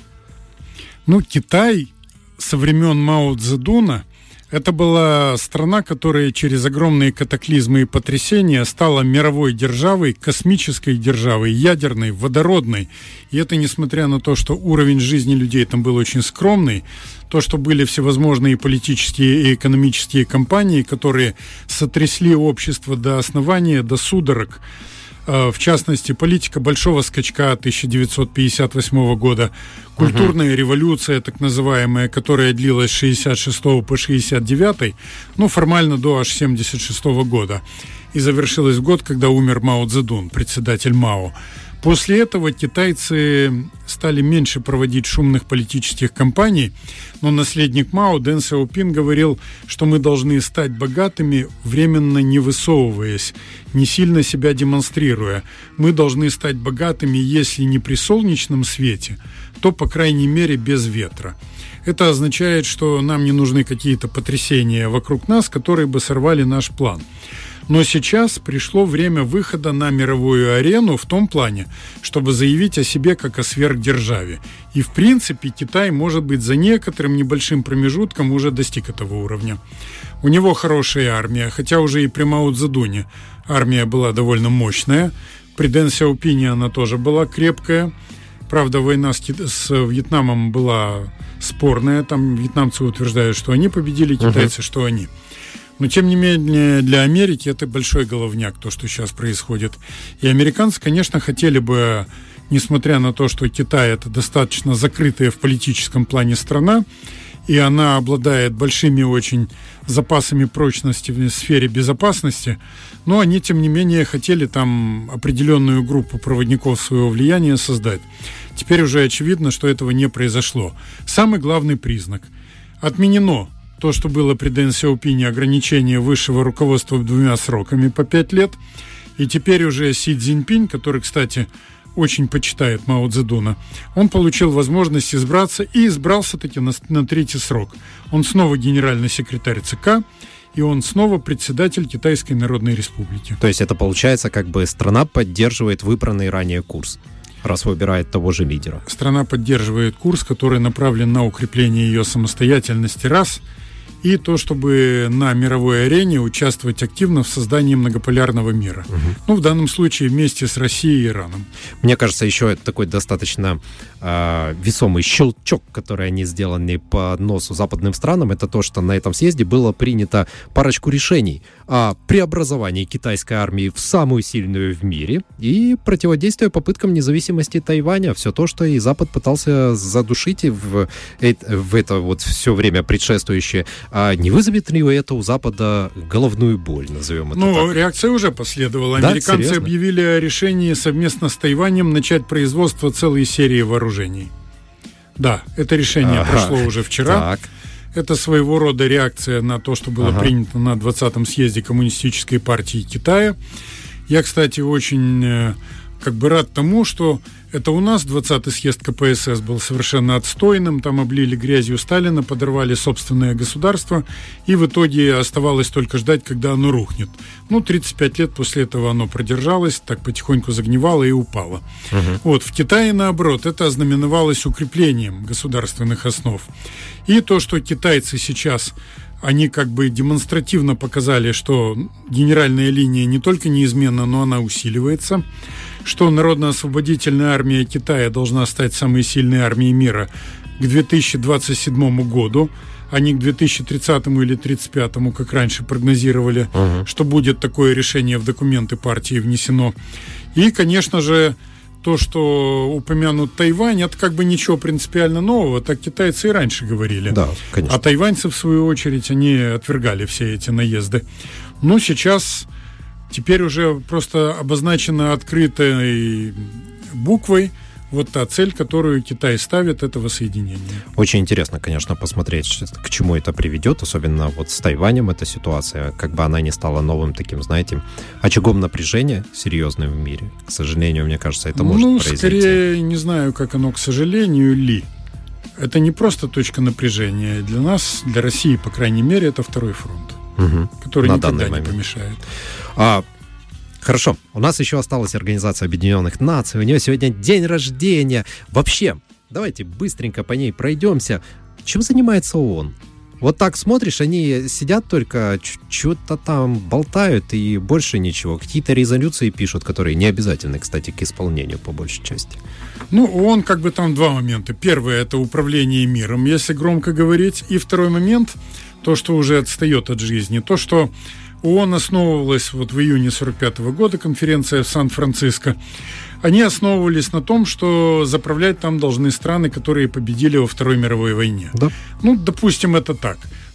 Китай со времен Мао Цзэдуна — это была страна, которая через огромные катаклизмы и потрясения стала мировой державой, космической державой, ядерной, водородной. И это несмотря на то, что уровень жизни людей там был очень скромный, то, что были всевозможные политические и экономические кампании, которые сотрясли общество до основания, до судорог. В частности, политика большого скачка 1958 года, культурная революция, так называемая, которая длилась с 66 по 69, формально до аж 76 года. И завершилась в год, когда умер Мао Цзэдун, председатель Мао. После этого китайцы стали меньше проводить шумных политических кампаний, но наследник Мао Дэн Сяопин говорил, что мы должны стать богатыми, временно не высовываясь, не сильно себя демонстрируя. Мы должны стать богатыми, если не при солнечном свете, то, по крайней мере, без ветра. Это означает, что нам не нужны какие-то потрясения вокруг нас, которые бы сорвали наш план. Но сейчас пришло время выхода на мировую арену в том плане, чтобы заявить о себе как о сверхдержаве. И в принципе Китай, может быть, за некоторым небольшим промежутком уже достиг этого уровня. У него хорошая армия, хотя уже и при Мао Цзэдуне армия была довольно мощная. При Дэн Сяопине она тоже была крепкая. Правда, война с Вьетнамом была спорная. Там вьетнамцы утверждают, что они победили, китайцы, что они. Но, тем не менее, для Америки это большой головняк, то, что сейчас происходит. И американцы, конечно, хотели бы, несмотря на то, что Китай – это достаточно закрытая в политическом плане страна, и она обладает большими очень запасами прочности в сфере безопасности, но они, тем не менее, хотели там определенную группу проводников своего влияния создать. Теперь уже очевидно, что этого не произошло. Самый главный признак – отменено то, что было при Дэн Сяопине, ограничение высшего руководства 2 сроками по 5 лет. И теперь уже Си Цзиньпинь, который, кстати, очень почитает Мао Цзэдуна, он получил возможность избраться и избрался-таки на 3-й срок. Он снова генеральный секретарь ЦК, и он снова председатель Китайской Народной Республики. То есть это получается, как бы страна поддерживает выбранный ранее курс, раз выбирает того же лидера. Страна поддерживает курс, который направлен на укрепление ее самостоятельности, раз, и то, чтобы на мировой арене участвовать активно в создании многополярного мира. В данном случае вместе с Россией и Ираном. Мне кажется, еще это такой достаточно весомый щелчок, который они сделали по носу западным странам, это то, что на этом съезде было принято парочку решений о преобразовании китайской армии в самую сильную в мире и противодействие попыткам независимости Тайваня. Все то, что и Запад пытался задушить в это вот все время предшествующее. А не вызовет ли это у Запада головную боль, назовем это так? Реакция уже последовала. Да? Американцы Серьезно? объявили о решении совместно с Тайванем начать производство целой серии вооружений. Да, это решение прошло уже вчера. Так. Это своего рода реакция на то, что было принято на 20-м съезде Коммунистической партии Китая. Я, кстати, очень рад тому, что это у нас 20-й съезд КПСС был совершенно отстойным, там облили грязью Сталина, подорвали собственное государство, и в итоге оставалось только ждать, когда оно рухнет. 35 лет после этого оно продержалось, так потихоньку загнивало и упало. В Китае, наоборот, это ознаменовалось укреплением государственных основ. И то, что китайцы сейчас, они демонстративно показали, что генеральная линия не только неизменна, но она усиливается, что Народно-освободительная армия Китая должна стать самой сильной армией мира, к 2027 году, а не к 2030 или 2035, как раньше прогнозировали, что будет такое решение в документы партии внесено. И, конечно же, то, что упомянут Тайвань, это как бы ничего принципиально нового, так китайцы и раньше говорили. Да, конечно. А тайваньцы, в свою очередь, они отвергали все эти наезды. Но сейчас, теперь уже просто обозначена открытой буквой вот та цель, которую Китай ставит, это воссоединение. Очень интересно, конечно, посмотреть, к чему это приведет, особенно вот с Тайванем эта ситуация, как бы она не стала новым таким, знаете, очагом напряжения серьезным в мире. К сожалению, мне кажется, это может произойти. Скорее, не знаю, как оно, к сожалению, ли. Это не просто точка напряжения. Для нас, для России, по крайней мере, это второй фронт, который на никогда не помешает. Хорошо, у нас еще осталась Организация Объединенных Наций, у нее сегодня день рождения. Вообще, давайте быстренько по ней пройдемся. Чем занимается ООН? Вот так смотришь, они сидят только, что-то там болтают и больше ничего. Какие-то резолюции пишут, которые не обязательны, кстати, к исполнению по большей части. ООН как бы там два момента. Первый – это управление миром, если громко говорить. И второй момент – то, что уже отстает от жизни. То, что ООН основывалась вот в июне 1945 года, конференция в Сан-Франциско. Они основывались на том, что заправлять там должны страны, которые победили во Второй мировой войне. Да. Допустим, это так.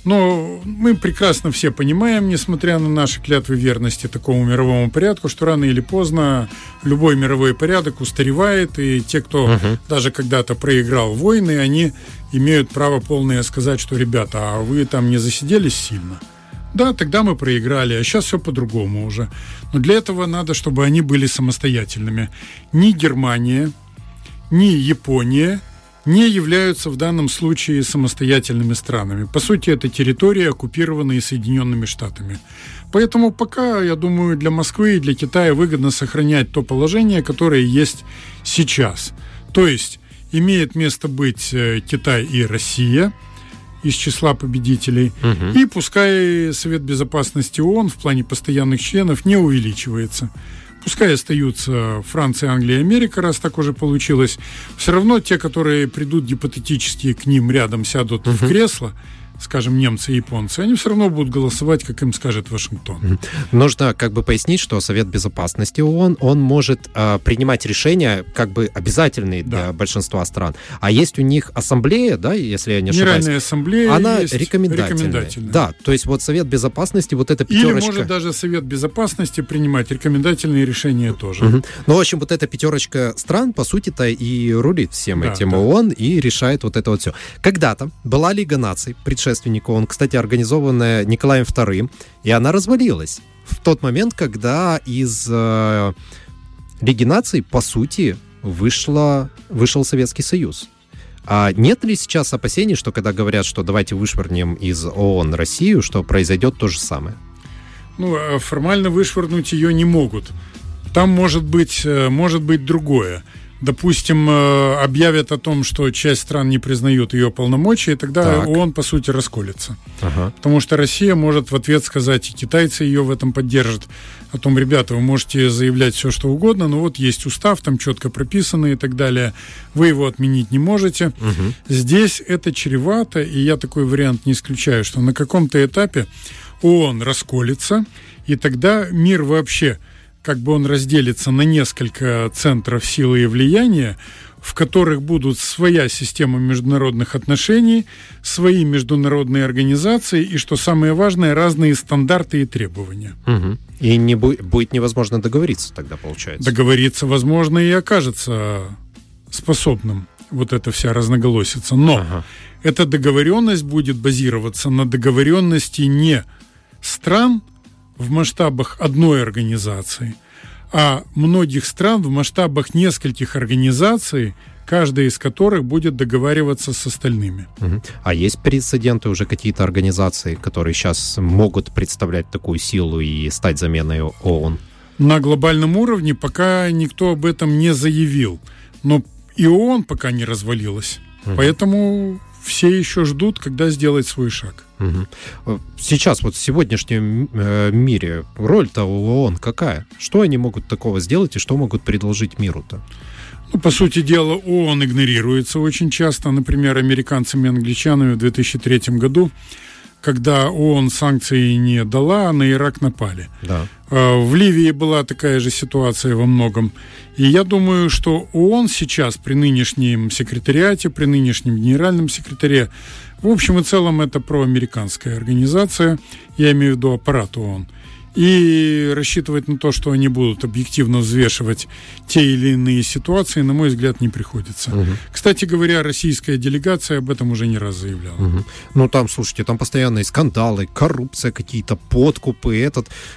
Но мы прекрасно все понимаем, несмотря на наши клятвы верности такому мировому порядку, что рано или поздно любой мировой порядок устаревает, и те, кто даже когда-то проиграл войны, они имеют право полное сказать, что, ребята, а вы там не засиделись сильно? Да, тогда мы проиграли, а сейчас все по-другому уже. Но для этого надо, чтобы они были самостоятельными. Ни Германия, ни Япония не являются в данном случае самостоятельными странами. По сути, это территории, оккупированные Соединенными Штатами. Поэтому пока, я думаю, для Москвы и для Китая выгодно сохранять то положение, которое есть сейчас. То есть имеет место быть Китай и Россия из числа победителей, и пускай Совет Безопасности ООН в плане постоянных членов не увеличивается. Пускай остаются Франция, Англия и Америка, раз так уже получилось. Все равно те, которые придут гипотетически к ним рядом, сядут в кресло, скажем, немцы и японцы, они все равно будут голосовать, как им скажет Вашингтон. Нужно как бы пояснить, что Совет Безопасности ООН, он может принимать решения как бы обязательные для большинства стран. А есть у них ассамблея, да, если я не ошибаюсь. Генеральная ассамблея, она есть рекомендательная. Да, то есть вот Совет Безопасности, вот эта пятерочка. Или может даже Совет Безопасности принимать рекомендательные решения тоже. Ну, в общем, вот эта пятерочка стран, по сути-то, и рулит всем этим ООН и решает вот это вот все. Когда-то была Лига наций, предшественник ООН, кстати, организованная Николаем II, и она развалилась в тот момент, когда из Лиги наций, по сути, вышел Советский Союз. А нет ли сейчас опасений, что когда говорят, что давайте вышвырнем из ООН Россию, что произойдет то же самое? Формально вышвырнуть ее не могут. Там может быть другое. Допустим, объявят о том, что часть стран не признают ее полномочия, и тогда ООН, по сути, расколется. Потому что Россия может в ответ сказать, и китайцы ее в этом поддержат, о том, ребята, вы можете заявлять все, что угодно, но вот есть устав, там четко прописано и так далее, вы его отменить не можете. Здесь это чревато, и я такой вариант не исключаю, что на каком-то этапе ООН расколется, и тогда мир вообще, как бы он разделится на несколько центров силы и влияния, в которых будут своя система международных отношений, свои международные организации и, что самое важное, разные стандарты и требования. И не будет невозможно договориться тогда, получается? Договориться возможно и окажется способным вот эта вся разноголосица. Но эта договоренность будет базироваться на договоренности не стран в масштабах одной организации, а многих стран в масштабах нескольких организаций, каждая из которых будет договариваться с остальными. А есть прецеденты уже какие-то организации, которые сейчас могут представлять такую силу и стать заменой ООН? На глобальном уровне пока никто об этом не заявил, но и ООН пока не развалилась, поэтому все еще ждут, когда сделать свой шаг. Сейчас, вот в сегодняшнем мире, роль-то у ООН какая? Что они могут такого сделать и что могут предложить миру-то? По сути дела, ООН игнорируется очень часто. Например, американцами и англичанами в 2003 году, когда ООН санкции не дала, а на Ирак напали. Да. В Ливии была такая же ситуация во многом. И я думаю, что ООН сейчас при нынешнем секретариате, при нынешнем генеральном секретаре, в общем и целом это проамериканская организация, я имею в виду аппарат ООН. И рассчитывать на то, что они будут объективно взвешивать те или иные ситуации, на мой взгляд, не приходится. Кстати говоря, российская делегация об этом уже не раз заявляла. Ну, там, слушайте, там постоянные скандалы, коррупция, какие-то подкупы,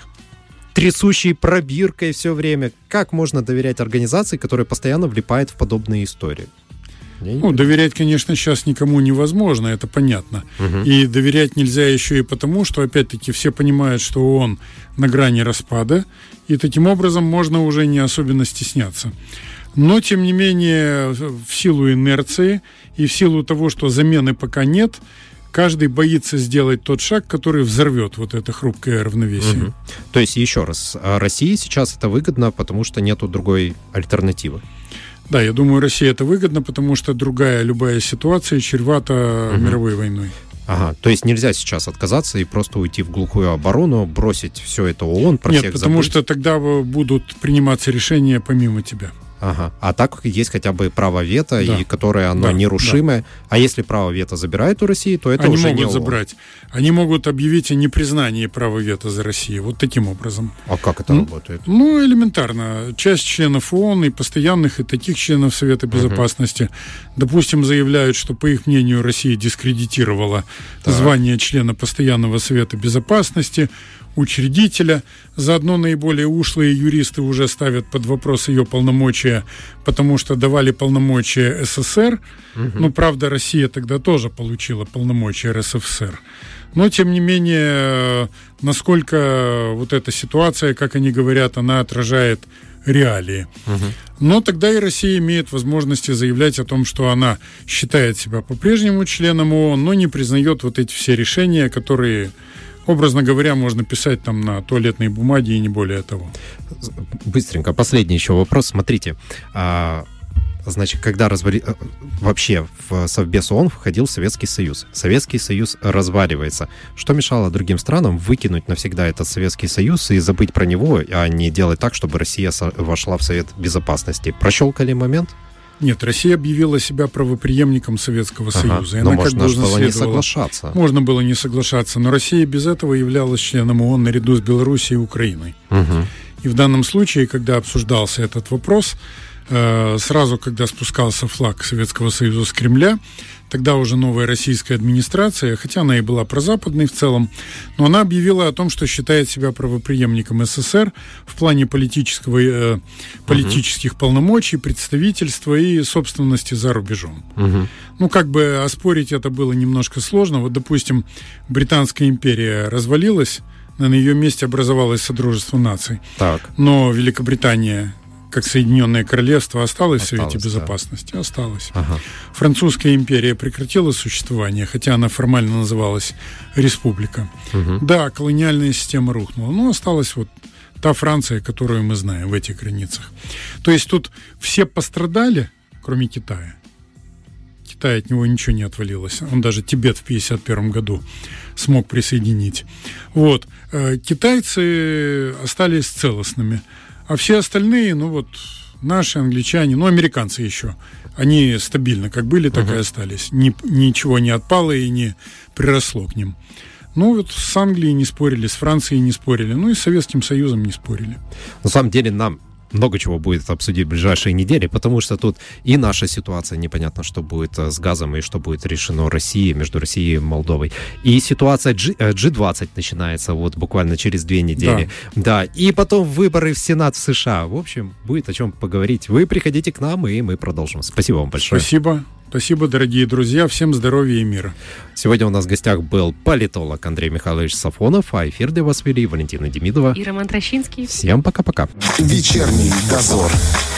трясущий пробиркой все время. Как можно доверять организации, которая постоянно влипает в подобные истории? Доверять, конечно, сейчас никому невозможно, это понятно. И доверять нельзя еще и потому, что, опять-таки, все понимают, что ООН на грани распада, и таким образом можно уже не особенно стесняться. Но, тем не менее, в силу инерции и в силу того, что замены пока нет, каждый боится сделать тот шаг, который взорвет вот это хрупкое равновесие. То есть, еще раз, России сейчас это выгодно, потому что нету другой альтернативы. Да, я думаю, России это выгодно, потому что любая ситуация чревата мировой войной. Ага, то есть нельзя сейчас отказаться и просто уйти в глухую оборону, бросить все это ООН, про всех забыть? Нет, потому что тогда будут приниматься решения помимо тебя. Ага. А так есть хотя бы право вето, да. и которое оно нерушимое. Да. А если право вето забирают у России, то это они уже могут не ООН. Забрать. Они могут объявить о непризнании права вето за Россию. Вот таким образом. А как это работает? Элементарно. Часть членов ООН и постоянных, и таких членов Совета Безопасности, допустим, заявляют, что, по их мнению, Россия дискредитировала звание члена Постоянного Совета Безопасности, учредителя. Заодно наиболее ушлые юристы уже ставят под вопрос ее полномочия, потому что давали полномочия СССР. Правда, Россия тогда тоже получила полномочия РСФСР. Но, тем не менее, насколько вот эта ситуация, как они говорят, она отражает реалии. Но тогда и Россия имеет возможности заявлять о том, что она считает себя по-прежнему членом ООН, но не признает вот эти все решения, которые... Образно говоря, можно писать там на туалетной бумаге и не более того. Быстренько, последний еще вопрос. Смотрите, значит, когда вообще в Совбез ООН входил Советский Союз. Советский Союз разваливается. Что мешало другим странам выкинуть навсегда этот Советский Союз и забыть про него, а не делать так, чтобы Россия вошла в Совет Безопасности? Прощелкали момент? Нет, Россия объявила себя правопреемником Советского Союза. Но можно было не соглашаться. Можно было не соглашаться, но Россия без этого являлась членом ООН наряду с Белоруссией и Украиной. И в данном случае, когда обсуждался этот вопрос, сразу, когда спускался флаг Советского Союза с Кремля, тогда уже новая российская администрация, хотя она и была прозападной в целом, но она объявила о том, что считает себя правопреемником СССР в плане политических полномочий, представительства и собственности за рубежом. Оспорить это было немножко сложно. Вот, допустим, Британская империя развалилась, на ее месте образовалось Содружество наций. Но Великобритания, как Соединенное Королевство, осталось в Совете Безопасности? Да. Осталось. Французская империя прекратила существование, хотя она формально называлась Республика. Да, колониальная система рухнула, но осталась вот та Франция, которую мы знаем в этих границах. То есть тут все пострадали, кроме Китая. Китай, от него ничего не отвалилось. Он даже Тибет в 1951 году смог присоединить. Китайцы остались целостными. А все остальные, наши, англичане, американцы еще, они стабильно как были, так и остались. Ничего не отпало и не приросло к ним. С Англией не спорили, с Францией не спорили, и с Советским Союзом не спорили. На самом деле нам много чего будет обсудить в ближайшие недели, потому что тут и наша ситуация, непонятно, что будет с газом и что будет решено Россией, между Россией и Молдовой. И ситуация G20 начинается буквально через 2 недели. Да. И потом выборы в Сенат в США. В общем, будет о чем поговорить. Вы приходите к нам, и мы продолжим. Спасибо вам большое. Спасибо, дорогие друзья. Всем здоровья и мира. Сегодня у нас в гостях был политолог Андрей Михайлович Сафонов, а эфир для вас вели Валентина Демидова и Роман Трощинский. Всем пока-пока. Вечерний дозор.